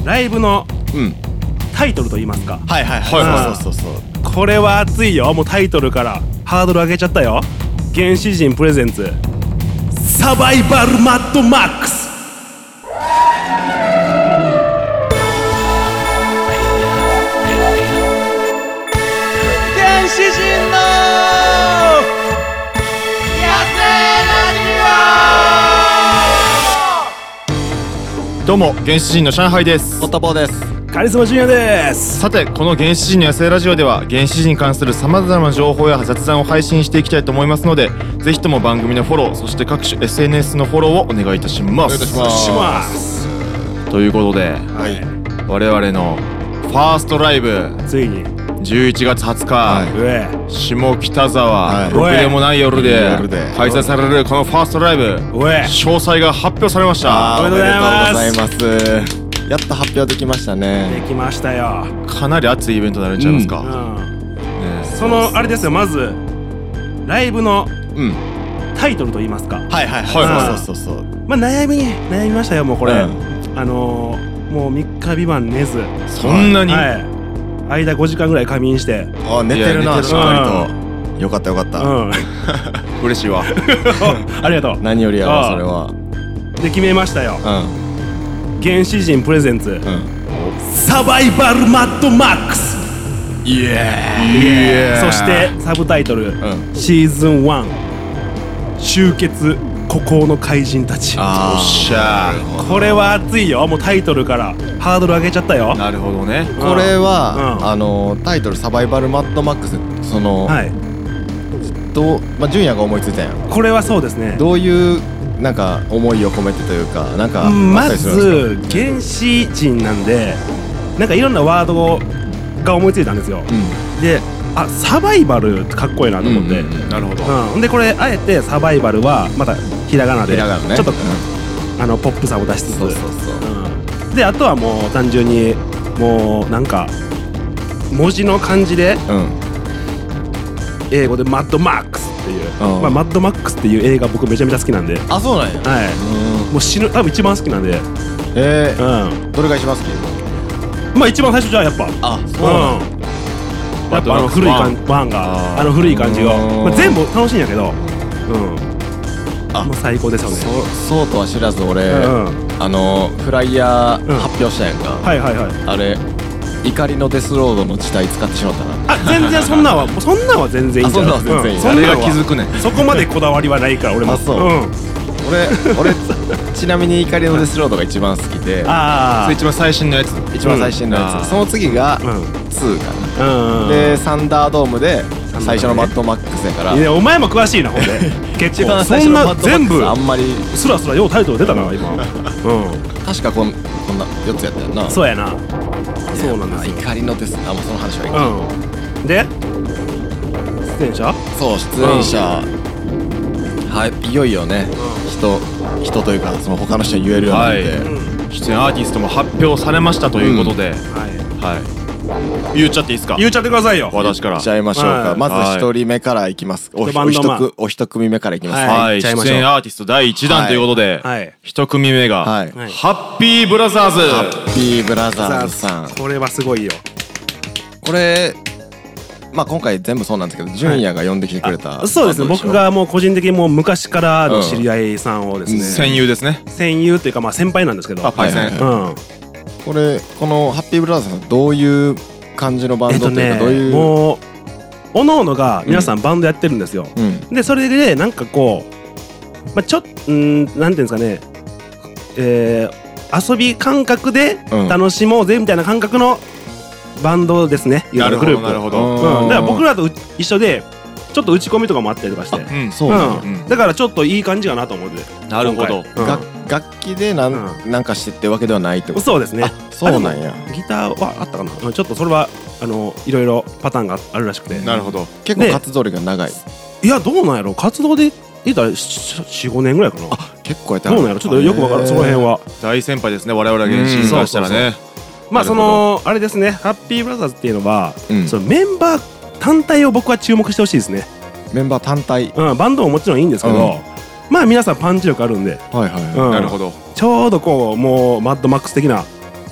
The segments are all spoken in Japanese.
ライブのうんタイトルと言いますか、 はいはいはいそうこれは熱いよ。もうタイトルからハードル上げちゃったよ。原始人プレゼンツサバイバルマッドマックス。原始人のどうも原始人の上海です。 ポタポーです。 カリスマジュニアです。 さてこの原始人の野生ラジオでは原始人に関するさまざまな情報や雑談を配信していきたいと思いますので、ぜひとも番組のフォロー、そして各種 SNS のフォローをお願いいたします。 お願いいたしますということで、我々のファーストライブついに 11月20日、 うえ下北沢、ろくでもない夜で開催されるこのファーストライブ、詳細が発表されました。 おめでとうございます。やっと発表できましたね。 できましたよ。 かなり熱いイベントになるんちゃいますか。 そのあれですよ、まずライブのタイトルと言いますか、 はいそうまあ悩みましたよ。もうこれ、もう3日未満寝ず、 そんなに、 間5時間ぐらい仮眠して。 寝てるな、しっかりと。よかったよかった。 嬉しいわ。 ありがとう。 何よりやわ、それは。 で決めましたよ。原始人プレゼンツサバイバルマッドマックス。イエーイ。そしてサブタイトルシーズン1集結孤高の怪人たち。 おっしゃー。これは熱いよ。もうタイトルからハードル上げちゃったよ。 なるほどね。 これはタイトルサバイバルマッドマックス、その純也が思いついたんや。 これはそうですね。 どういうなんか思いを込めてというか、なんかまず原始人なんで、なんかいろんなワードが思いついたんですよ。で、サバイバルってかっこいいなと思って。 なるほど。 でこれあえてサバイバルはまたひらがなでちょっとポップさを出しつつ、であとはもう単純にもうなんか文字の漢字で英語でマッドマックスっていう、マッドマックスっていう映画僕めちゃめちゃ好きなんで。 あ、そうなんや。 もう多分一番好きなんで。 どれが一番好き？ まあ一番最初じゃあやっぱ。そうなんやっぱ古い感じ、ワンが古い感じが全部楽しいんやけど、もう最高ですよね。 そうとは知らず俺フライヤー発表したやんか。あれ怒りのデスロードの地帯使ってしまったな。 全然そんなんは全然いいんじゃない。 誰が気づくねん。 そこまでこだわりはないから俺も。 俺ちなみに怒りのデスロードが一番好きで、 一番最新のやつ。 一番最新のやつ。その次が2かな。でサンダードームで最初のマッドマックスやから。 いやお前も詳しいなほんで。結構そんな全部あんまりスラスラようタイトル出たな今。 確かこんな4つやったよな。 そうやな。そうなんですよ。 怒りのデス、もうその話はいい。 で出演者？ そう、出演者いよいよね、人というかその他の人に言えるようになって、 出演アーティストも発表されましたということで、言っちゃっていいですか？ 言っちゃってくださいよ。 私から言っちゃいましょうか。まず1人目からいきます。お一組目からいきます。 出演アーティスト第1弾ということで、1組目がハッピーブラザーズ。 ハッピーブラザーズさん、 これはすごいよ。 これ今回全部そうなんですけど、純也が呼んできてくれた。 そうですね。僕がもう個人的にもう昔からの知り合いさんをですね、 戦友ですね。 戦友っていうか先輩なんですけど。 このハッピーブラザーズさんどういう感じのバンドというか、どういうもうおのおのが皆さんバンドやってるんですよ。でそれでなんかこうなんていうんですかね、遊び感覚で楽しもうぜみたいな感覚のバンドですね。 なるほどなるほど。 だから僕らと一緒でちょっと打ち込みとかもあったりとかして、だからちょっといい感じかなと思って。 なるほど。 楽器でなんかしてってわけではないってこと？ そうですね。 そうなんや。 ギターはあったかな。ちょっとそれはいろいろパターンがあるらしくて。 なるほど。 結構活動歴が長い。 いやどうなんやろ。活動で言ったら4、5年ぐらいかな。 結構やった。 どうなんやろ。ちょっとよくわからん、その辺は。 大先輩ですね、我々が原始からしたらね。 あれですね、ハッピーブラザーズっていうのはそのメンバー単体を僕は注目してほしいですね。 メンバー単体。 バンドももちろんいいんですけど、まあ皆さんパンチ力あるんで。 なるほど。 ちょうどこうもうマッドマックス的な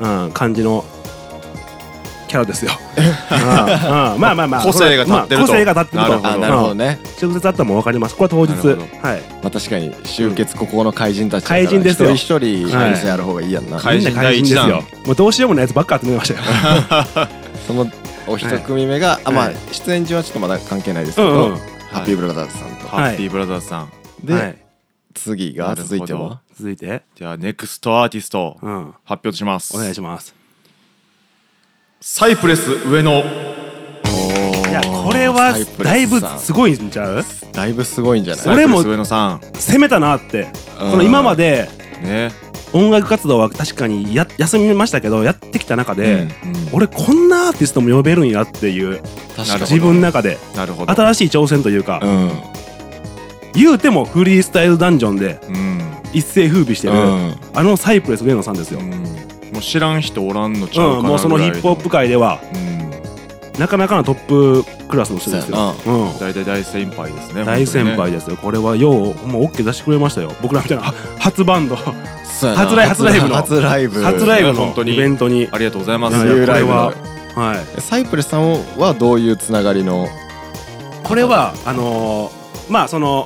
感じのキャラですよ。まあまあまあ個性が立ってると。 個性が立ってると。 なるほどね。 直接会ったらもう分かります。これは当日。はい。 まあ確かに集結ここの怪人たち。 怪人ですよ。 一人怪人やる方がいいやんな。 怪人第一弾。 もうどうしようもないやつばっか集めましたよ。 そのお一組目がまあ出演中はちょっとまだ関係ないですけど、ハッピーブラザーズさんと。 ハッピーブラザーズさん。 で次が続いては。 続いて。 じゃあネクストアーティスト発表します。 お願いします。 サイプレス上野。 いやこれはだいぶすごいんちゃう？ だいぶすごいんじゃない？ 俺も上野さん攻めたなって。この今まで音楽活動は確かに休みましたけどやってきた中で、俺こんなアーティストも呼べるんやっていう自分の中で新しい挑戦というか、言うてもフリースタイルダンジョンで一世風靡してるあのサイプレス上野さんですよ。 もう知らん人おらんのちゃうかなぐらいの。 もうそのヒップホップ界ではなかなかのトップクラスの人ですよ。 大体大先輩ですね。 大先輩ですよ。これはようもう OK 出してくれましたよ。僕らみたいな初バンド初ライブのイベントにありがとうございます。 これはサイプレスさんはどういうつながりの？ これはまあその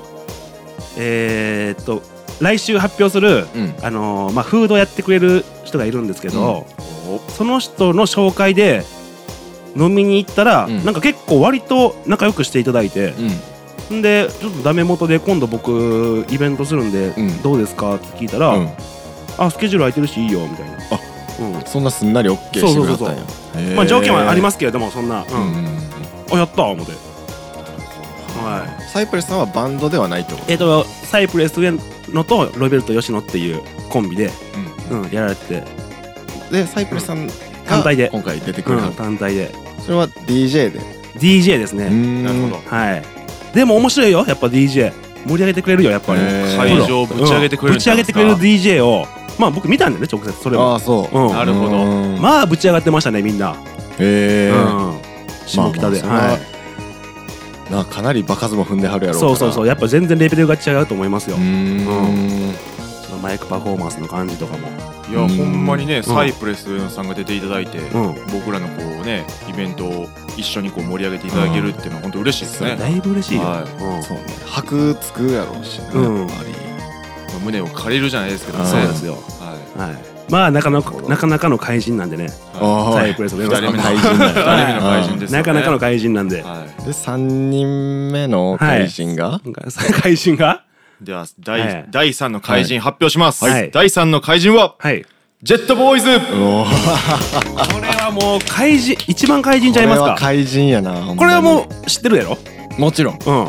来週発表するまあフードやってくれる人がいるんですけど、その人の紹介で飲みに行ったらなんか結構割と仲良くしていただいて、でちょっとダメ元で今度僕イベントするんでどうですかって聞いたら、あスケジュール空いてるしいいよみたいな。 そんなすんなり OK してくれたんや。 まあ条件はありますけれどもそんなあやった思って。 サイプレスさんはバンドではないってこと？ サイプレス上野とロベルト吉野っていうコンビでやられてて、 でサイプレスさん単体で今回出てくる単体で。 それは DJ で DJ ですね。 なるほど。 はい。でも面白いよやっぱ DJ 盛り上げてくれるよやっぱり。 会場をぶち上げてくれる。 ぶち上げてくれる DJ をまあ僕見たんでね直接それを。 ああそう。 なるほど。 まあぶち上がってましたねみんな。下北で。 かなり場数も踏んではるやろ。 そうやっぱ全然レベルが違うと思いますよ。マイクパフォーマンスの感じとかも。 いやほんまにねサイプレス上野さんが出ていただいて僕らのこうねイベントを一緒にこう盛り上げていただけるっていうのは本当嬉しいですね。 だいぶ嬉しいよ。 そうね。箔つくやろうし、 胸を借りるじゃないですけど。 そうですよ。まあなかなかの怪人なんでね。サイプレス上野さん。 2人目の怪人です。 なかなかの怪人なんで。 で3人目の怪人がでは第3の怪人発表します。第3の怪人はジェットボーイズ。これはもう怪人一番怪人ちゃいますか。 これは怪人やな。 これはもう知ってるやろ。 もちろん。ジェ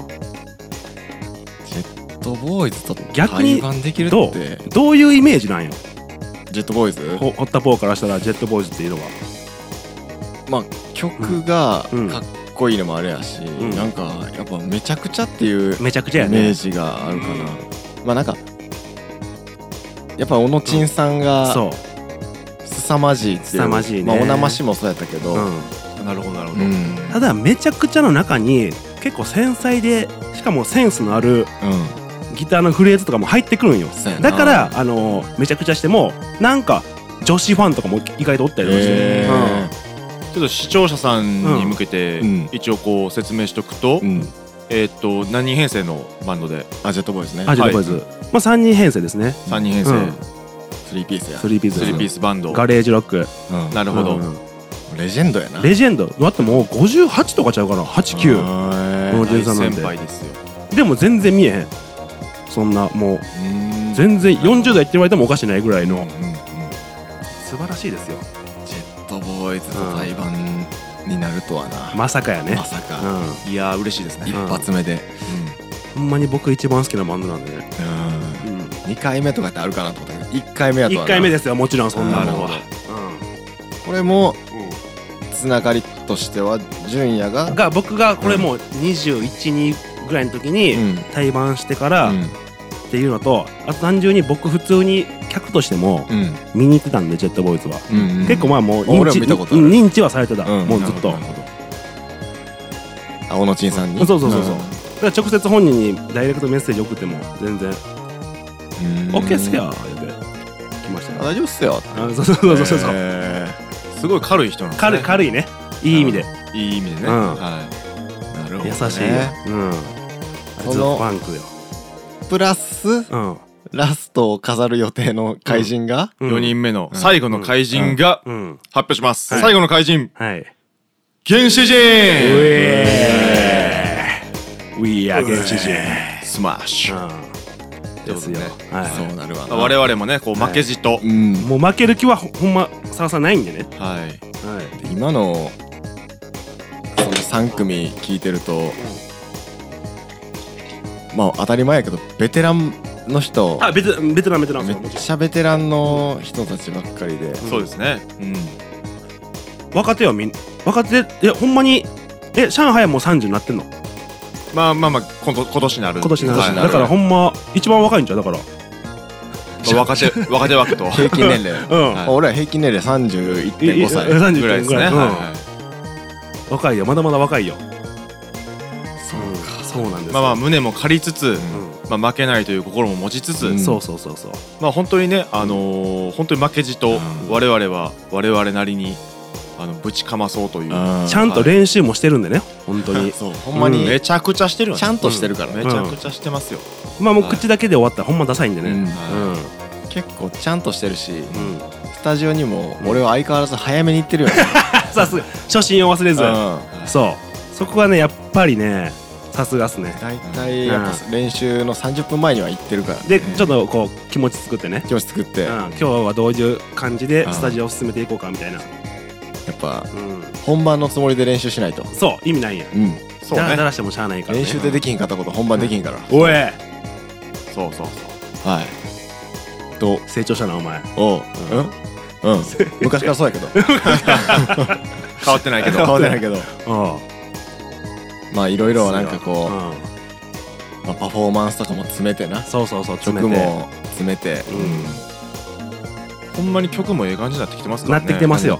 ットボーイズと対バンできるってどういうイメージなんよ。 ジェットボーイズホッタポーからしたらジェットボーイズっていうのはまあ曲がかっこいいのもあれやし、なんかやっぱめちゃくちゃっていうイメージがあるかな。まあなんかやっぱ小野珍さんが凄まじいっていう、まあおなましもそうやったけど、 なるほどただめちゃくちゃの中に結構繊細でしかもセンスのあるギターのフレーズとかも入ってくるんよ。だからめちゃくちゃしてもなんか女子ファンとかも意外とおったりとかして、 ちょっと視聴者さんに向けて一応こう説明しとくと、何人編成のバンドで？ ジェットボーイズね。 ジェットボーイズ。まあ3人編成ですね。 3人編成。 3ピースや。 3ピースバンド。 ガレージロック。 なるほど。 レジェンドやな。 レジェンド。だってもう58とかちゃうかな。8、9。 大先輩ですよ。 でも全然見えへん。そんなもう全然40代って言われてもおかしないぐらいの素晴らしいですよ。 ジェットボーイズと対バンになるとはな。 まさかやね。 まさか。 いや嬉しいですね。 一発目で。 ほんまに僕一番好きなバンドなんでね。 2回目とかってあるかなと思ったけど1回目やとはな。 1回目ですよもちろんそんなのは。 これもつながりとしては純也が僕がこれもう21、2ぐらいの時に対バンしてからっていうのと、あと単純に僕普通に客としても見に行ってたんでジェットボーイズは結構まあもう認知はされてたもうずっと。 小野珍さんに。 そうだから直接本人にダイレクトメッセージ送っても全然 OK っすよって来ました大丈夫っすよ。 そうそうそうそう。 すごい軽い人なんですね。 軽いね。いい意味で。 いい意味でね。 はい。なるほど。優しいよ。そのファンクよ。 プラスラストを飾る予定の怪人が 4人目の最後の怪人が発表します。最後の怪人。はい。原始人。 We are 原始人。 スマッシュ。 ですよ。 そうなるわ。 我々もね、こう負けじと。 もう負ける気はほんまささないんでね。 はい。 今のその3組聞いてると、まあ当たり前やけどベテランの人、 ベテランめっちゃベテランの人たちばっかりで。 そうですね。 若手ほんまに上海はもう30になってんの？ まあ今年になる。 だからほんま一番若いんちゃう？だから若手枠と平均年齢。俺は平均年齢 31.5 歳ぐらいですね。 若いよ、まだまだ若いよ。そうなんです。 まあ胸も借りつつ、負けないという心も持ちつつ、 そう。 まあ本当にね、本当に負けじと我々は我々なりにぶちかまそうという、 ちゃんと練習もしてるんでね、本当に。 そう、ほんまにめちゃくちゃしてる。 ちゃんとしてるからめちゃくちゃしてますよ。 まあもう口だけで終わったらほんまダサいんでね。 結構ちゃんとしてるし、スタジオにも俺は相変わらず早めに行ってるよね。 さすが初心を忘れず。そこはねやっぱりね、さすがっすね。 大体やっぱ練習の30分前には行ってるから。 でちょっとこう気持ち作ってね。 今日はどういう感じでスタジオを進めていこうかみたいな。 やっぱ本番のつもりで練習しないと。 そう意味ないやん。 そうね。 だらしてもしゃあないから。 練習でできひんかったこと本番できひんから。 おい。 そう。 はい。 成長したなお前。 昔からそうやけど。 変わってないけど。 まあいろいろなんかこうパフォーマンスとかも詰めてな。 曲も詰めて。 ほんまに曲もええ感じになってきてますからね。 なってきてますよ。 も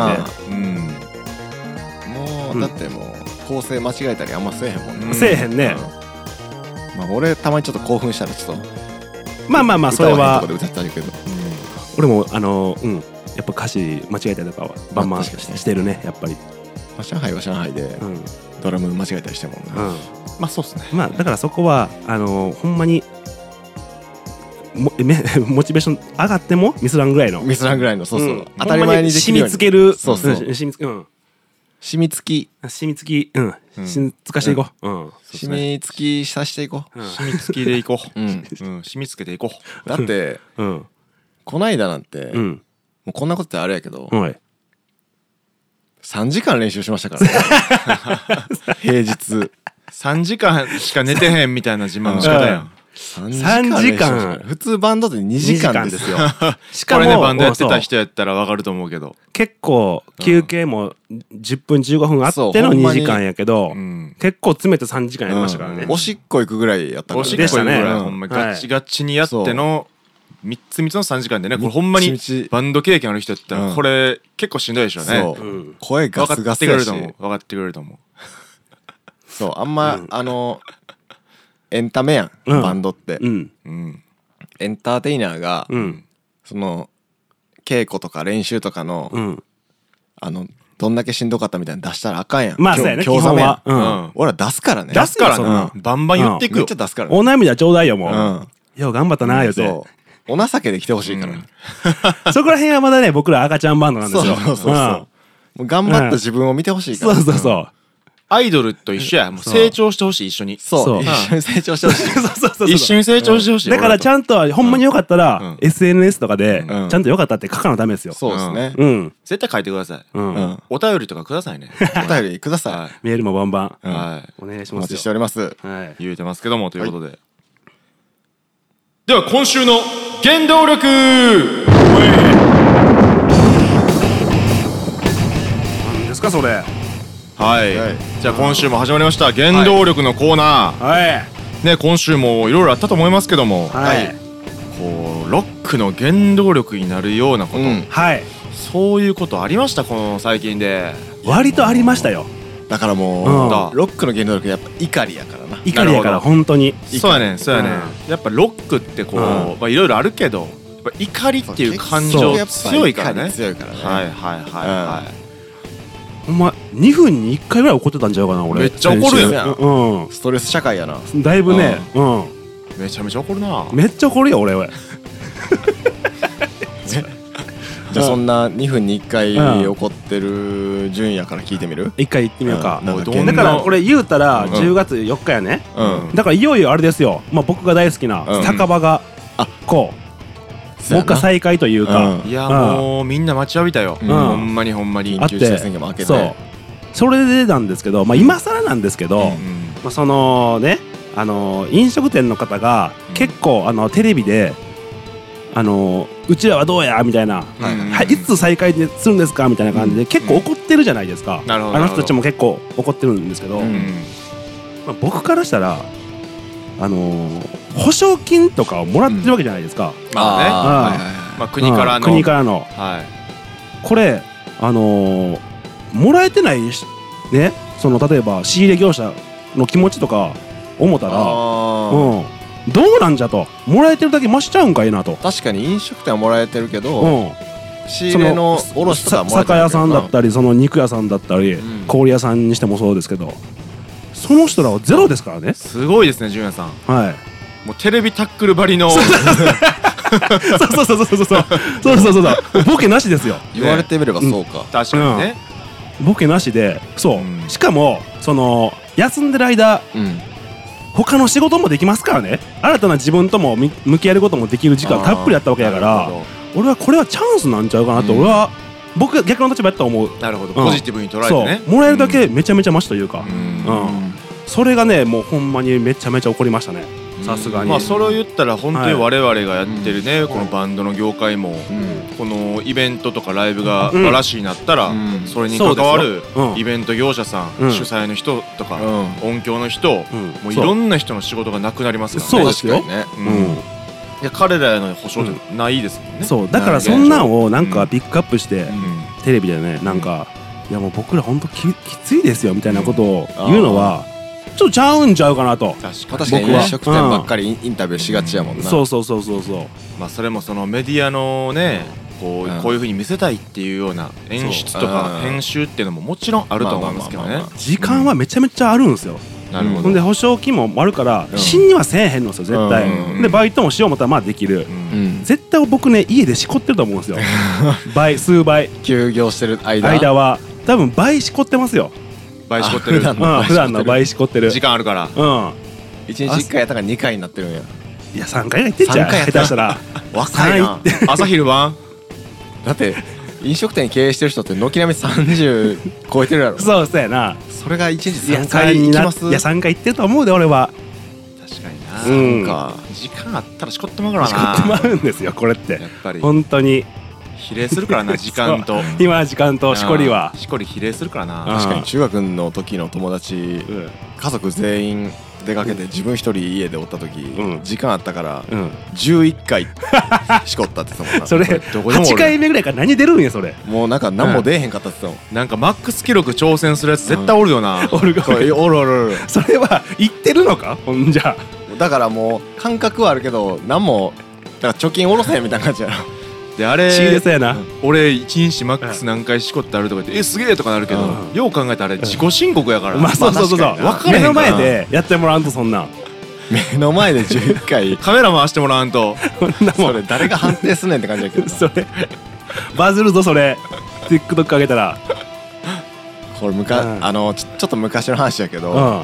うだってもう構成間違えたりあんませえへんもんね。 せえへんね。 まあ俺たまにちょっと興奮したらちょっとまあそれは歌ったけど、 俺もやっぱ歌詞間違えたりとかはバンバンしてるねやっぱり。 上海は上海でドラム間違えたりしてもんね。 まあそうっすね。 まあだからそこはほんまにモチベーション上がってもミスらんぐらいのそう当たり前にできるように染みつける。 そう染みつきつかしていこう。 染みつきさしていこう。 染みつきでいこう。染みつけていこう。 だってこないだなんてもうこんなことってあれやけど3時間練習しましたからね。平日 3時間しか寝てへんみたいな自慢の仕方やん。 3時間普通バンドって2時間ですよ。 しかもこれねバンドやってた人やったら分かると思うけど、 結構休憩も10分15分あっての2時間やけど結構詰めて3時間やりましたからね。 おしっこ行くぐらいやったから。 おしっこ行くぐらいほんまガチガチにやっての3つの3時間でね。これほんまにバンド経験ある人やったらこれ結構しんどいでしょうね。 声ガスガスやし分かってくれると思う。 そうあんまエンタメやんバンドって。エンターテイナーがその稽古とか練習とかのどんだけしんどかったみたいな出したらあかんやん。 まあそうやね、基本は。 俺ら出すからね。 出すからね。バンバン言っていくよ。 めっちゃ出すからね。 お涙ちょうだいよもう。よう頑張ったな言うて。 お情けで来てほしいから。 そこら辺はまだね僕ら赤ちゃんバンドなんですよ。 そうもう頑張った自分を見てほしいから。 そうアイドルと一緒や。もう成長してほしい。一緒に一緒に成長してほしい。 一緒に成長してほしい。 だからちゃんとほんまによかったら SNS とかでちゃんとよかったって書かなダメですよ。 そうですね。 絶対書いてください。お便りとかくださいね。 お便りください。 メールもバンバンお願いします。 お待ちしております。 言うてますけどもということで、では今週の原動力。 何ですかそれ。 はい、じゃあ今週も始まりました原動力のコーナー。ね、今週もいろいろあったと思いますけども、こうロックの原動力になるようなこと、そういうことありましたこの最近で。 割とありましたよ。 だからもうロックの原動力やっぱ怒りやからな。 怒りやから本当に。 そうやねん。やっぱロックってこういろいろあるけど、 ぱ怒りっていう感情強いからね。 強いからね。 はいはいはい。 ほんま2分に1回ぐらい怒ってたんちゃうかな俺。 めっちゃ怒るやん。 ストレス社会やな。 だいぶね。 めちゃめちゃ怒るな。 めっちゃ怒るよ俺は。 じゃあそんな2分に1回怒ってる純也から聞いてみる ？1回言ってみようか。だからこれ言うたら10月4日やね。だからいよいよあれですよ。僕が大好きな酒場がこうもう一回再開というか。 いやもうみんな待ちわびたよ。ほんまにほんまに。 緊急事態宣言も明けて。 それでなんですけど、今更なんですけど、そのね飲食店の方が結構テレビでうちらはどうやみたいな、いつ再開するんですかみたいな感じで結構怒ってるじゃないですか。あの人たちも結構怒ってるんですけど、僕からしたら保証金とかをもらってるわけじゃないですか。 国からのこれもらえてないね、その例えば仕入れ業者の気持ちとか思ったらどうなんじゃと、もらえてるだけ増しちゃうんかいなと。 確かに飲食店はもらえてるけど、仕入れの卸とかもらえてるけど、 酒屋さんだったりその肉屋さんだったり氷屋さんにしてもそうですけど、その人らはゼロですからね。 すごいですね純也さん。 はい。 もうテレビタックルばりのそうボケなしですよ。 言われてみればそうか。 確かにね。 ボケなしで、そうしかもその休んでる間他の仕事もできますからね。新たな自分とも向き合えることもできる時間たっぷりあったわけやから、俺はこれはチャンスなんちゃうかなと、俺は僕が逆の立場やったと思う。 なるほど、ポジティブに捉えてね。 もらえるだけめちゃめちゃマシというか、それがねもうほんまにめちゃめちゃ怒りましたね。さすがに。 それを言ったら本当に我々がやってるねこのバンドの業界もこのイベントとかライブが嵐になったらそれに関わるイベント業者さん、主催の人とか音響の人、もういろんな人の仕事がなくなりますからね。 そうですよ。 いや彼らへの保証ってないですもんね。 そうだからそんなんをなんかピックアップしてテレビでねなんかいやもう僕ら本当きついですよみたいなことを言うのはちょっとちゃうんちゃうかなと。 確かに飲食店ばっかりインタビューしがちやもんな。 そうそれもそのメディアのねこういう風に見せたいっていうような演出とか編集っていうのももちろんあると思うんですけどね。 時間はめちゃめちゃあるんですよ。 なるほど。 で保証金もあるから死にはせえへんのですよ絶対。でバイトもしよう思ったらできる。絶対僕ね家でしこってると思うんですよ。数倍休業してる間は多分倍しこってますよ。 倍しこってる。 普段の倍しこってる。 時間あるから。 1日1回やったから2回になってるんや。 いや3回がいってんじゃん。下手したら若いな。 朝昼晩だって飲食店経営してる人って軒並み30超えてるやろ。 そうやな。 それが1日3回行きます。 いや3回行ってると思うで俺は。 確かにな。時間あったらしこってまうからな。 しこってまうんですよこれって。やっぱり本当に比例するからな時間と。 今時間としこりはしこり比例するからな。 確かに中学の時の友達家族全員出かけて自分一人家でおった時時間あったから11回しこったって言ってたもんな。 それ8回目ぐらいから何出るんやそれ。 もうなんか何も出えへんかったって言ってたもん。 なんかマックス記録挑戦するやつ絶対おるよな。 おる。それは言ってるのかほんじゃ。 だからもう感覚はあるけど何もだから貯金下ろせへんみたいな感じやな。 であれや俺1日マックス何回しこってあるとか言ってすげえとかなるけどよう考えたらあれ自己申告やから。 そう目の前でやってもらわんとそんな目の前で11回カメラ回してもらわんとそれ誰が判定すんねんって感じやけどそれバズるぞそれ TikTok 上げたら。 これちょっと昔の話やけど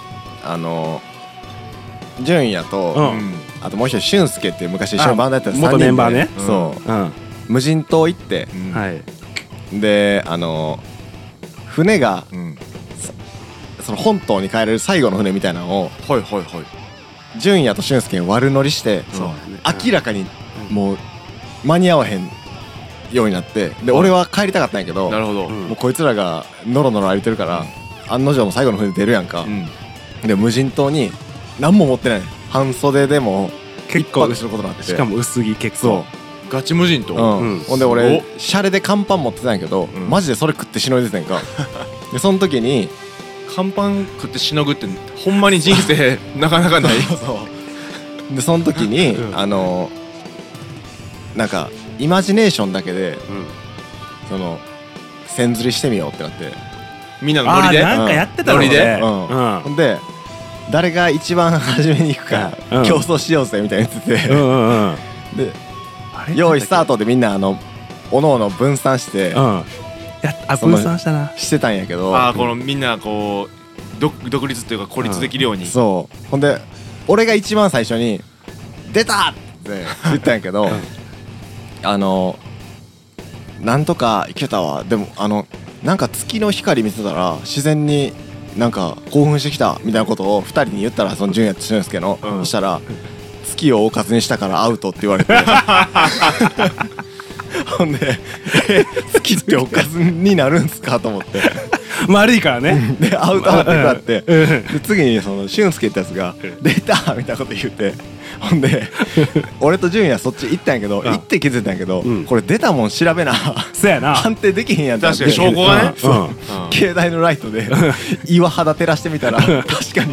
純也とあともう一人俊介っていう昔一緒にバンドやってた3人で元メンバーね。 そう無人島行ってで船がその本島に帰れる最後の船みたいなのを純也と俊介に悪乗りして明らかにもう間に合わへんようになってで俺は帰りたかったんやけどもうこいつらがノロノロ歩いてるから案の定も最後の船出るやんか。で無人島に何も持ってない半袖でも結構することになってしかも薄着結構ガチ無人島。 ほんで俺シャレで乾パン持ってたんやけどマジでそれ食ってしのいでたんか。でその時に乾パン食ってしのぐってほんまに人生なかなかない。 でその時になんかイマジネーションだけでその線釣りしてみようってなって、 みんなのノリでなんかやってたのね。ほんで誰が一番初めに行くか競争しようぜみたいに言ってて、で用意スタートでみんなおのおの分散して分散したなしてたんやけど、 このみんなこう独立というか孤立できるように、 そうほんで俺が一番最初に「出た!」って言ったんやけどなんとかいけたわ。でもなんか月の光見てたら自然になんか興奮してきたみたいなことを2人に言ったら、その純也と俊介の、そしたら月をおかずにしたからアウトって言われてほんで月っておかずになるんすかと思って丸いからねでアウトってなってで次にその俊介ってやつが「出た!」みたいなこと言って、ほんで俺と純也そっち行ったんやけど、行って気づいたんやけど、これ出たもん調べなそうやな判定できへんやんって。 確かに証拠がね、 携帯のライトで岩肌照らしてみたら確かに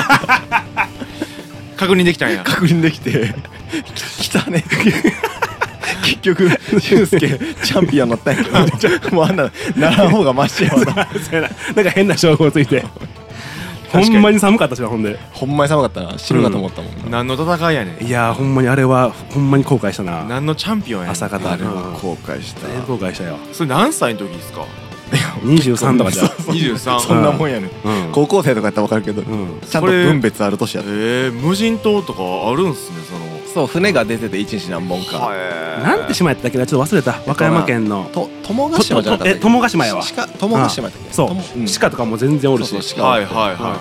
確認できたんや。 確認できて来たね結局俊介チャンピオンになったんやけどもうならん方がマシやわななんか変な証拠ついてほんまに寒かったしな。ほんでほんまに寒かったな。死ぬかと思ったもんな。 何の戦いやねん。 いやほんまにあれはほんまに後悔したな。 何のチャンピオンやねん。 朝方あれは後悔した。 後悔したよ。 それ何歳の時ですか ？23とかじゃ 23 そんなもんやねん。高校生とかやったら分かるけどちゃんと分別ある年やった。 無人島とかあるんすね。 そう船が出てて1日何本か。 なんて島やったっけな、ちょっと忘れた。和歌山県の友ヶ島じゃなかったっけ。 友ヶ島やわ。 友ヶ島やったっけ。 そう鹿とかも全然おるし。 はいはいはい。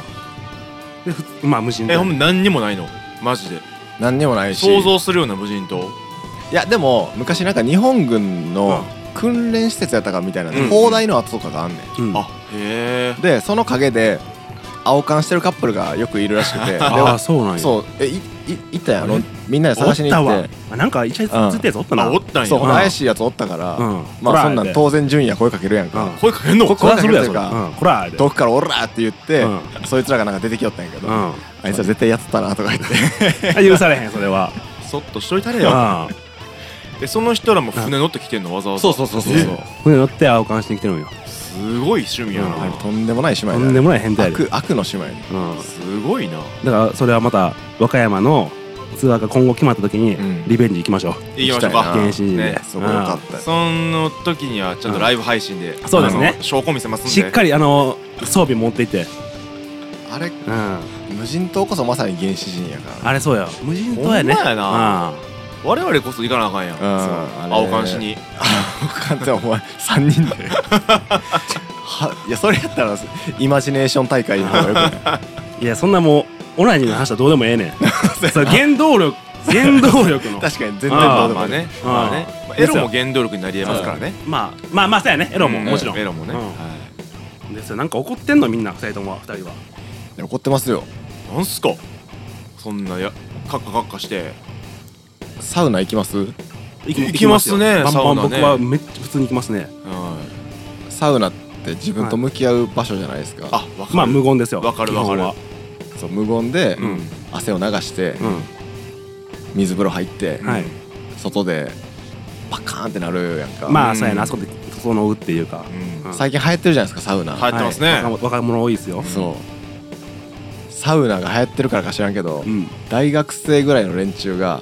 でまあ無人島。 ほんま何にもないのマジで。 何にもないし想像するような無人島。 いやでも昔なんか日本軍の訓練施設やったかみたいな砲台の跡とかがあんねん。 あへえ。 でその陰で青缶してるカップルがよくいるらしくてああそうなんや。 そう行ったやろ。みんなで探しに行ってなんかイチャイチャついたやつおったな。 おったんや。 そう怪しいやつおったからまあそんなん当然純也声かけるやんか。 声かけんの？ 声かけるやつが遠くからオラーって言ってそいつらがなんか出てきよったんやけどあいつは絶対やっとったなとか言って許されへんそれは。 そっとしといたれよ。その人らも船乗ってきてんのわざわざ。 そう船乗って青缶しに来てるんよ。 すごい趣味やな。 とんでもない島や。 とんでもない変態や。 悪の島や。 すごいな。 だからそれはまた和歌山のツアーが今後決まった時にリベンジ行きましょう。 行きましょうか。 原始でそこよかった。 その時にはちゃんとライブ配信でそうですね証拠見せますんでしっかり装備持っていって。 あれ無人島こそまさに原始人やから。 あれそうや無人島やね。 ほんまやな。我々こそ行かなあかんやん。青缶しに。 青缶ってお前3人でいやそれやったらイマジネーション大会の方がよくない？ いやそんなもうオナニーの話はどうでもええねん。それ原動力の確かに全然どうでもね。エロも原動力になりえますからね。 まあそうやね。エロももちろん。 エロもね。 ですよ。なんか怒ってんのみんな2人とも2人は。 怒ってますよ。 なんすかそんなカッカしてサウナ行きます？ 行きますね。 バンバン僕はめっちゃ普通に行きますね。 サウナって自分と向き合う場所じゃないですか。 まあ無言ですよ。 わかる。 そう無言で汗を流して水風呂入って外でパカーンってなるやんか。 まあそうやな。あそこで整うっていうか最近流行ってるじゃないですかサウナ。 流行ってますね。 若者多いですよ。 そうサウナが流行ってるからか知らんけど大学生ぐらいの連中が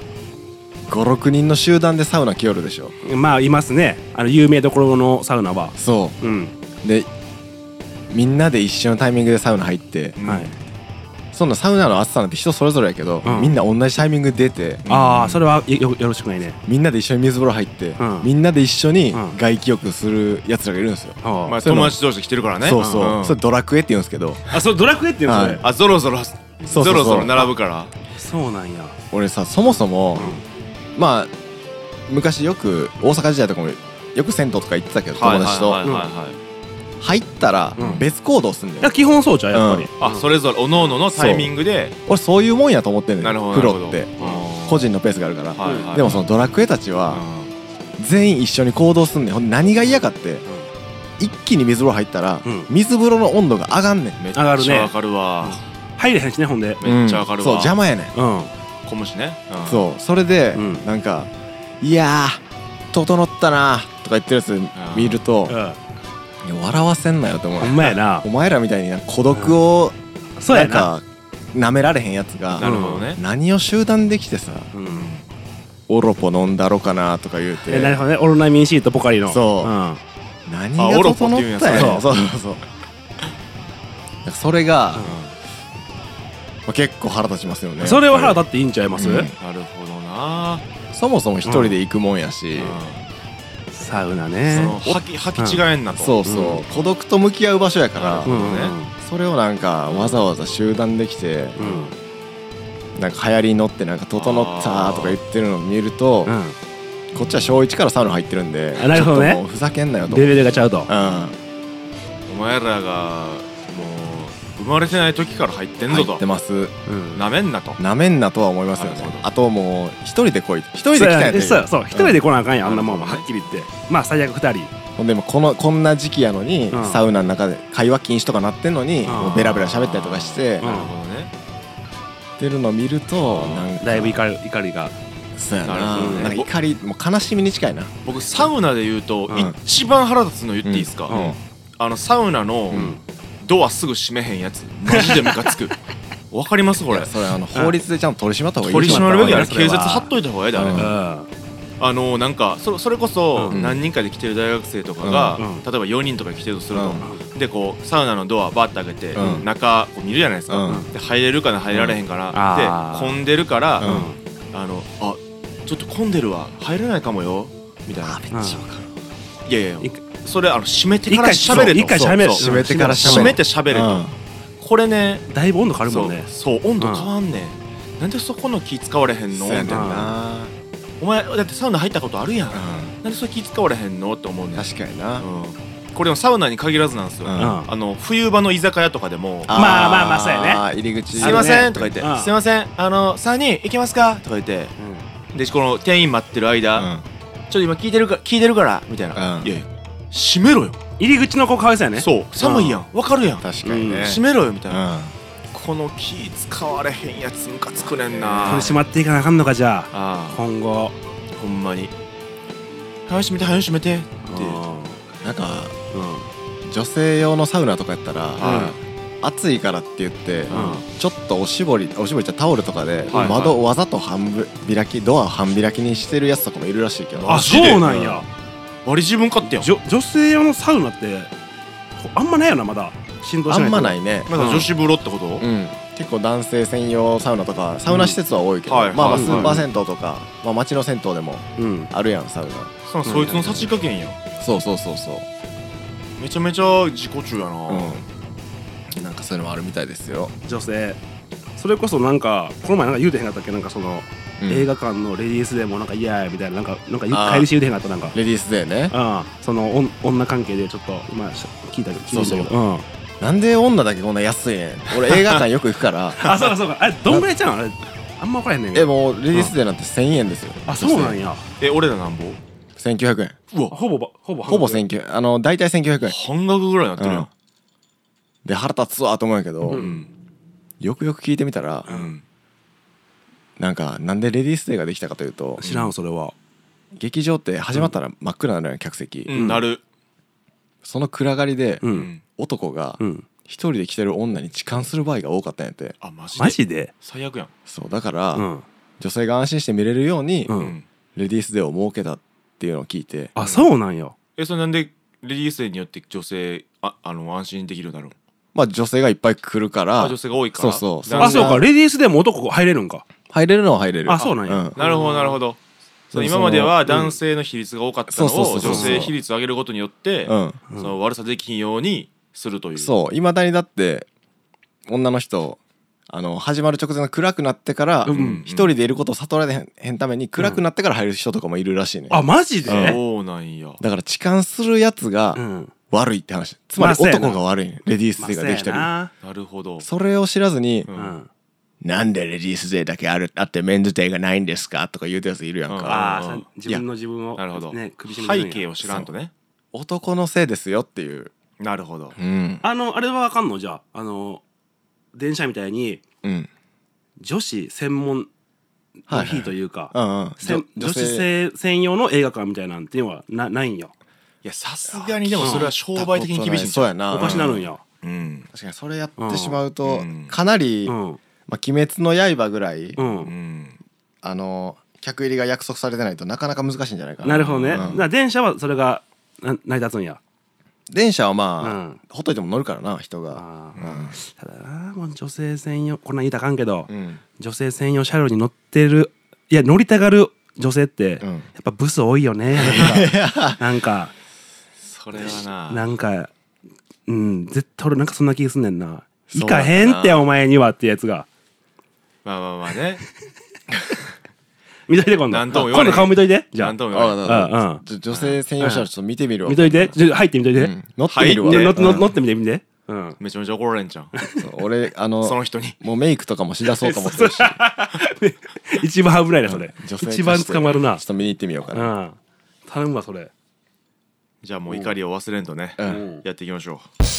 5、6人の集団でサウナ来よるでしょ。 まあいますね。有名どころのサウナは。 そうでみんなで一緒のタイミングでサウナ入ってそんなサウナの暑さなんて人それぞれやけどみんな同じタイミングで出てそれはよろしくないね。 みんなで一緒に水風呂入ってみんなで一緒に外気浴するやつらがいるんですよ。 友達同士来てるからね。 そうそれドラクエって言うんですけど。 それドラクエって言うんですよ。 ゾロゾロ並ぶから。 そうなんや。 俺さそもそもまあ昔よく大阪時代とかもよく銭湯とか行ってたけど友達と入ったら別行動すんだよ。 基本そうじゃんやっぱり。それぞれおのおののタイミングで。 俺そういうもんやと思ってんねん。プロって個人のペースがあるから。でもそのドラクエたちは全員一緒に行動すんねん。ほんで何が嫌かって一気に水風呂入ったら水風呂の温度が上がんねん。 めっちゃわかるわ。 入れへんしね。ほんでめっちゃわかるわ。 そう邪魔やねん。 こむしね。 そうそれでなんかいやー整ったなとか言ってるやつ見ると、いや笑わせんなよって思う。 ほんまやな。 お前らみたいに孤独をなんか舐められへんやつが何を集団できてさ、オロポ飲んだろかなとか言うて、 なるほどね、オロナミン C とポカリの。 そう、何が整ったんや。そうそれが結構腹立ちますよね。 それは腹立っていいんちゃいます？ なるほどな。 そもそも一人で行くもんやし、 サウナね、 履き違えんなと。 そうそう、孤独と向き合う場所やから、それをなんかわざわざ集団できて、なんか流行りに乗ってなんか整ったとか言ってるのを見ると、こっちは小1からサウナ入ってるんで、 なるほどね、 ちょっともうふざけんなよと。 レベルがちゃうと。 お前らがもう生まれてない時から入ってんぞと。 入ってます。 なめんなと。 なめんなとは思いますよね。あともう一人で来い、一人で来たんやで。 そう一人で来なあかんやん、あんなもんはっきり言って。まあ最悪2人。 ほんでもこんな時期やのにサウナの中で会話禁止とかなってんのにベラベラ喋ったりとかしてってるのを見ると、なんかだいぶ怒りが。 そうやな、なんか怒り、もう悲しみに近いな。 僕サウナで言うと一番腹立つの言っていいですか？サウナのドアすぐ閉めへんやつマジでムカつく。わかりますこれ？ それ法律でちゃんと取り締まった方がいい。 取り締まるべきだね。警察貼っといた方がいいだね。なんかそれこそ何人かで来てる大学生とかが例えば4人とか来てるとすると、でこうサウナのドアバッて開けて中こう見るじゃないですか。で入れるかな入られへんかなで混んでるからあちょっと混んでるわ入れないかもよみたいな。めっちゃわかる。いやいやそれ閉めてから喋れと。 一回閉める。 閉めてから閉めて喋れと。これねだいぶ温度変わるもんね。 そう温度変わんねん。なんでそこの気使われへんのみたいな。お前だってサウナ入ったことあるやん。なんでそれ気使われへんのって思うねん。 確かにな。 これでもサウナに限らずなんですよ。冬場の居酒屋とかでもまあそうやね。 入り口すいませんとか言ってすいません3人行けますかとか言ってでこの店員待ってる間ちょっと今聞いてるからみたいな。いやいや閉めろよ。 入り口の子かわいそうやね。 そう寒いやんわかるやん。 確かにね。 閉めろよみたいな。この気使われへんやつムカつくねんな。 取り締まっていかなあかんのかじゃあ今後。 ほんまに早閉めて早閉めてって。 なんか女性用のサウナとかやったら暑いからって言ってちょっとおしぼりじゃタオルとかで窓をわざとドア半開きにしてるやつとかもいるらしいけど。 あ、そうなんや。 割り自分勝手やん。 女性用のサウナってあんまないよな。まだ浸透しない。 あんまないね。 まだ女子風呂ってこと？ 結構男性専用サウナとかサウナ施設は多いけど、まあスーパー銭湯とか街の銭湯でもあるやんサウナ。 そいつのさじ加減やん。 そうめちゃめちゃ自己中やな。 なんかそういうのもあるみたいですよ。 女性それこそなんかこの前なんか言うてへんかったっけ？なんかその映画館のレディースデーもなんか嫌やみたいななんか帰りし言うてへんかった。なんかレディースデーね。 その女関係でちょっと今聞いたけど。そうなんで女だけこんな安いねん。俺映画館よく行くから。 あ、そうかあれどんぐらいちゃうの？あれあんま分からへんねん。 もうレディースデーなんて1000円ですよ。 あ、そうなんや。 俺らなんぼ ？1900円。 うわ、ほぼ 1900円。大体1900円。 半額ぐらいになってるやん。 で腹立つわと思うんやけど、よくよく聞いてみたらなんでレディースデーができたかというと、 知らんそれは。 劇場って始まったら真っ暗になるやん客席。 なる。 その暗がりで男が一人で来てる女に痴漢する場合が多かったんやって。 あ、マジで？ 最悪やん。 そうだから女性が安心して見れるようにレディースデーを設けたっていうのを聞いて。 あ、そうなんや。 それなんでレディースデーによって女性安心できるようになるの？ まあ女性がいっぱい来るから。 女性が多いから。 そうあ、そうか。レディースデーも男入れるんか。 入れるのは入れる。 あ、そうなんや。 なるほど。今までは男性の比率が多かったのを女性比率を上げることによってその悪さできんようにするという。 そういまだにだって女の人始まる直前の暗くなってから一人でいることを悟られへんために暗くなってから入る人とかもいるらしいね。 あ、マジで？ そうなんや。 だから痴漢するやつが悪いって話。つまり男が悪いね。レディースデーができてる。 なるほど。 それを知らずになんでレディースデーだけあってメンズデーがないんですかとか言うやついるやんか。 自分をなるほど。 背景を知らんとね。 男のせいですよっていう。 なるほど。 あれはあかんの？じゃあ電車みたいに女子専門の日というか、女子性専用の映画館みたいなんていうのはないんよ。 いやさすがにでもそれは商売的に厳しいんそうやな。 おかしなるんよ。 確かにそれやってしまうとかなり鬼滅の刃ぐらい客入りが約束されてないとなかなか難しいんじゃないかな。 なるほどね。電車はそれが成り立つんや。 電車はまあほっといても乗るからな人が。 ただなもう女性専用こんなん言いたらあかんけど女性専用車両に乗ってるいや乗りたがる女性ってやっぱブス多いよね。なんかそれはなんか絶対俺なんかそんな気がすんねんな。行かへんってお前にはってやつが。 まあね。 見といて今度。今度顔見といて。じゃあ。 女性専用車両ちょっと見てみるわ。 見といて。入ってみといて。 乗ってみるわ。 乗ってみてみて。 めちゃめちゃ怒られんじゃん。 俺その人にもうメイクとかもしだそうと思ってるし。 一番危ないなそれ。一番捕まるな。 ちょっと見に行ってみようかな。 頼むわそれ。 じゃあもう怒りを忘れんとねやっていきましょう。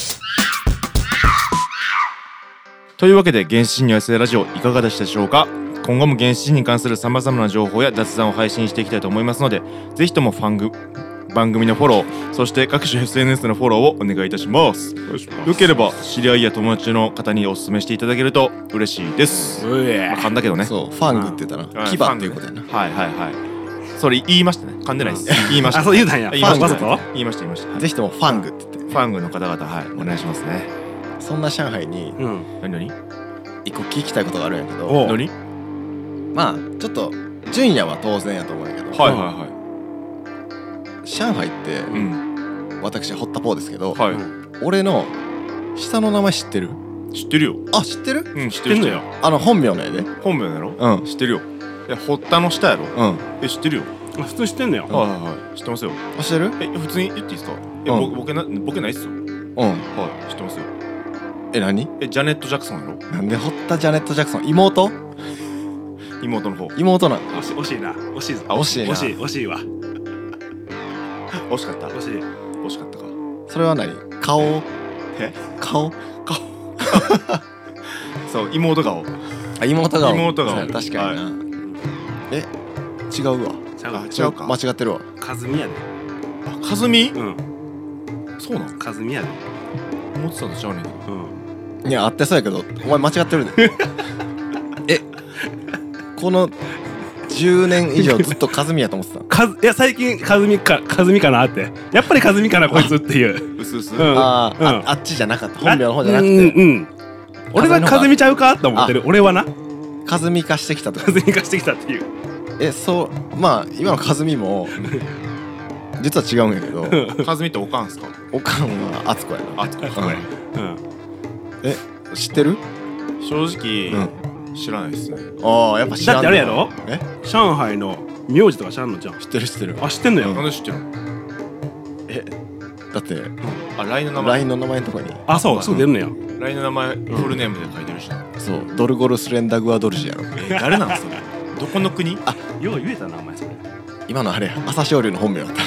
というわけで原始人に寄せラジオいかがでしたでしょうか。今後も原始人に関するさまざまな情報や雑談を配信していきたいと思いますのでぜひとも番組のフォローそして各種 SNS のフォローをお願いいたします。よければ知り合いや友達の方にお勧めしていただけると嬉しいです。噛んだけどね。 そうファングって言ったな。牙っていうことやな。 はいそれ言いましたね。噛んでないです。言いました。 そう言うたんや。 言いました。 ぜひともファングって言って。 ファングの方々お願いしますね。 そんな上海に何一個聞きたいことがあるんやけど。 何？ まあちょっと純也は当然やと思うんやけど。上海って私堀田ポーですけど俺の下の名前知ってる？ 知ってるよ。 あ知ってる？ 知ってるのよ。 本名のやで。 本名やろ？知ってるよ。堀田の下やろ。知ってるよ。 普通に知ってんのよ。 知ってますよ。 知ってる？ 普通に言っていいですか？ボケないっすよ。知ってますよ。 何？ ジャネット・ジャクソンやろ。 なんで堀田ジャネット・ジャクソン妹の方。 妹なんだ。 惜しいな。惜しいぞ。 惜しいな。 惜しいわ。 惜しかった。 惜しかったか。 それは何？顔そう妹顔。 妹顔。 確かにな。 違うわ。 違うか。 間違ってるわ。 和美やで。 和美？そうなん？ 和美やで。 思ってたのちゃうねんけど。いやあってそうやけどお前間違ってるで。この10年以上ずっと和美やと思ってた。 いや最近和美かなってやっぱり和美かなこいつっていう。 うすうす。 あっちじゃなかった。本名の方じゃなくて。 俺は和美ちゃうかと思ってる。俺はな。 和美化してきたと。 和美化してきたっていう。 そうまあ今の和美も実は違うんやけど。 和美っておかんすか？ おかんは敦子やな。 敦子。 知ってる？ 正直知らないですね。 やっぱ知らん。 だってあれやろ？上海の名字とか知らんのじゃん。 知ってる。 あ知ってんのよ。 なんで知ってるの？ だって LINE の名前のとこにそうすぐ出るのよ。 LINE の名前フルネームで書いてるし。 そうドルゴルスレンダグアドルジやろ。 誰なんそれ？どこの国？ よう言えたなお前それ。 今のあれ朝青龍の本名だった。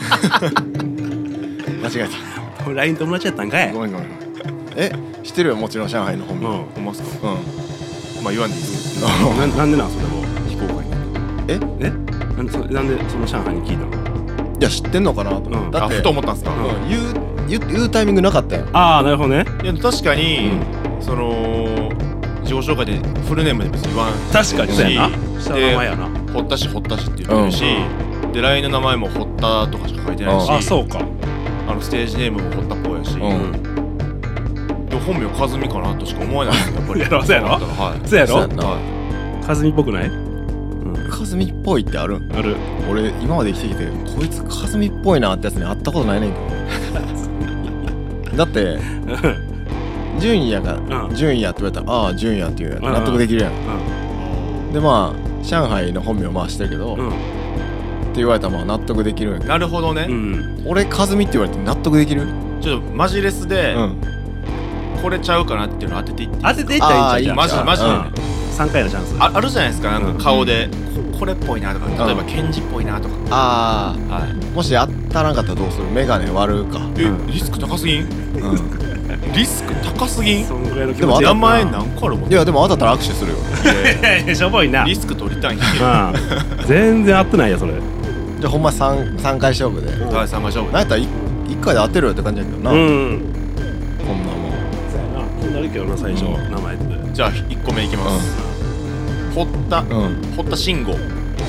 間違えた。LINE 友達やったんかい。 ごめん知ってるよもちろん上海の本名。 ほんますか？まあ言わんでいいですけど。なんでなんそれも非公開に。なんでその上海に聞いたの？ いや知ってんのかなと思って。だってふと思ったんすか？ 言うタイミングなかったよ。 なるほどね。 いや確かにその自己紹介でフルネームで別に言わんし。 確かにそうやな。下の名前やな。 堀田氏って言ってるし、で LINE の名前も堀田とかしか書いてないし。 そうか。 ステージネームも堀田っぽいやし。でも本名和美かなとしか思えないですやっぱり。 そうやろ？そうやろ？和美っぽくない？ 和美っぽいってある？ ある。 俺今まで生きてきてこいつ和美っぽいなってやつに会ったことないねんけど。だって純也が純也って言われたら純也って言うやん納得できるやん。でまあ上海の本名は知ってるけどって言われたらまあ納得できるんやけど。 なるほどね。 俺和美って言われて納得できる？ ちょっとマジレスでこれちゃうかなっていうのを当てていっていいですか？ 当てていったらいいんちゃう？ マジで 3回のチャンスあるじゃないですか。なんか顔でこれっぽいなとか例えばケンジっぽいなとか。 もし当たらんかったらどうする？メガネ割るか。 リスク高すぎん？ リスク高すぎん。 そんぐらいの気でも持ち名前何個あるもん。 いやでも当たったら握手するよ。 いやしょぼいな。 リスク取りたいんや。 全然合ってないやそれ。 じゃあほんま3回勝負で。 はい、3回勝負。 なんやったら1回で当てるよって感じやけどな。こんなもん。 そうやな。気になるけどな最初名前って。 じゃあ1個目いきます。堀田慎吾。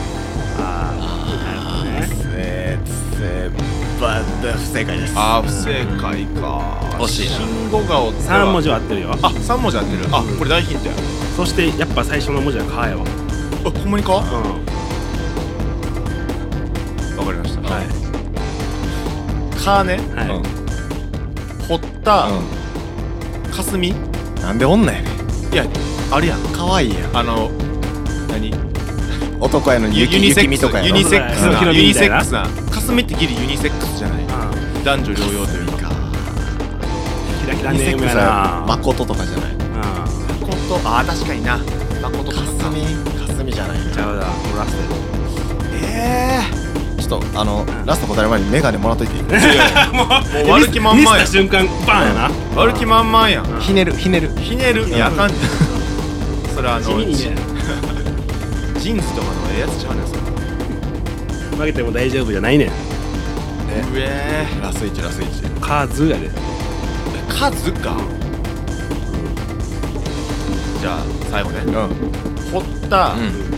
不正解です。 不正解か。 惜しいな。 慎吾顔って 3文字は合ってるよ。 3文字合ってる。これ大ヒントや。 そしてやっぱ最初の文字はかやわ。 ほんまにか。わかりました。かね。堀田かすみ。 なんで女やねん。 いやあるやん。 かわいいやん。 何男やのにユニセックスな。 ユニセックスな。かすみってギリユニセックスじゃない。男女両用というか。 キラキラネームやな。 誠とかじゃない。 誠。確かにな。誠とか。かすみじゃない。 ちゃうだ。ラスト。 ちょっとラスト答える前にメガネもらっといていい？ もう割る気満々や。 ミスった瞬間バンやな。 割る気満々やん。 ひねる。 いやあかん。それ地味にね。 ジーンズとかのやつちゃうねんそれ。 負けても大丈夫じゃないねん。 ラス1。 カズやで。 カズか。じゃあ最後ね。堀田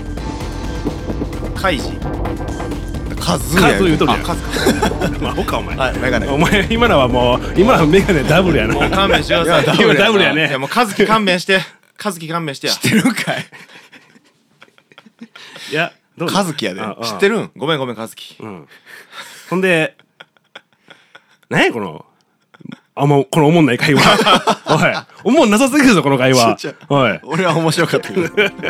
カイジ。 カズ言うとるやん。 カズか。 まあほかお前。 メガネ。 お前今のはメガネダブルやな。 もう勘弁してください。 今ダブルやね。 いやもう和樹勘弁して。和樹勘弁してや。 知ってるんかい。 いや和樹やで。知ってるん。 ごめん和樹。 ほんで何やこのこのおもんない会話。おいおもんなさすぎるぞこの会話。おい俺は面白かったけど。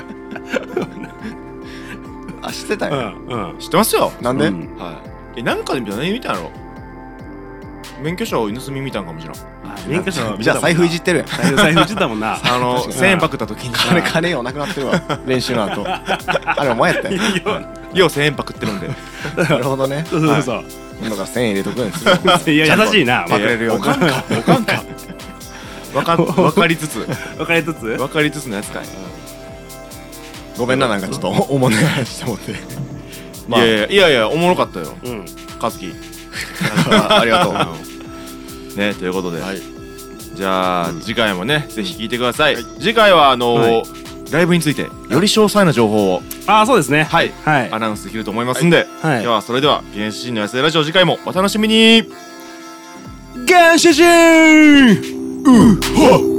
知ってたよ。 知ってますよ。 なんで？ なんかで見た何見たんやろ。免許証を盗み見たんかもしれん。 免許証じゃあ財布いじってるやん。 財布いじったもんな。 1000円パクった時に金よなくなってるわ。練習の後。あれお前やったよ。 よう1000円パクってるんで。 なるほどね。 そう。 だから1000円入れとくんですよ。 いや優しいな。 まくれるように。 おかんか。分かりつつのやつかい。 ごめんな、なんかちょっとおもんない話してもって。 いやおもろかったよ。和樹。 ありがとう。 ね、ということで、じゃあ次回もねぜひ聞いてください。次回はライブについてより詳細な情報をそうですねアナウンスできると思いますんで、ではそれでは原始人の野生ラジオ次回もお楽しみに。 原始人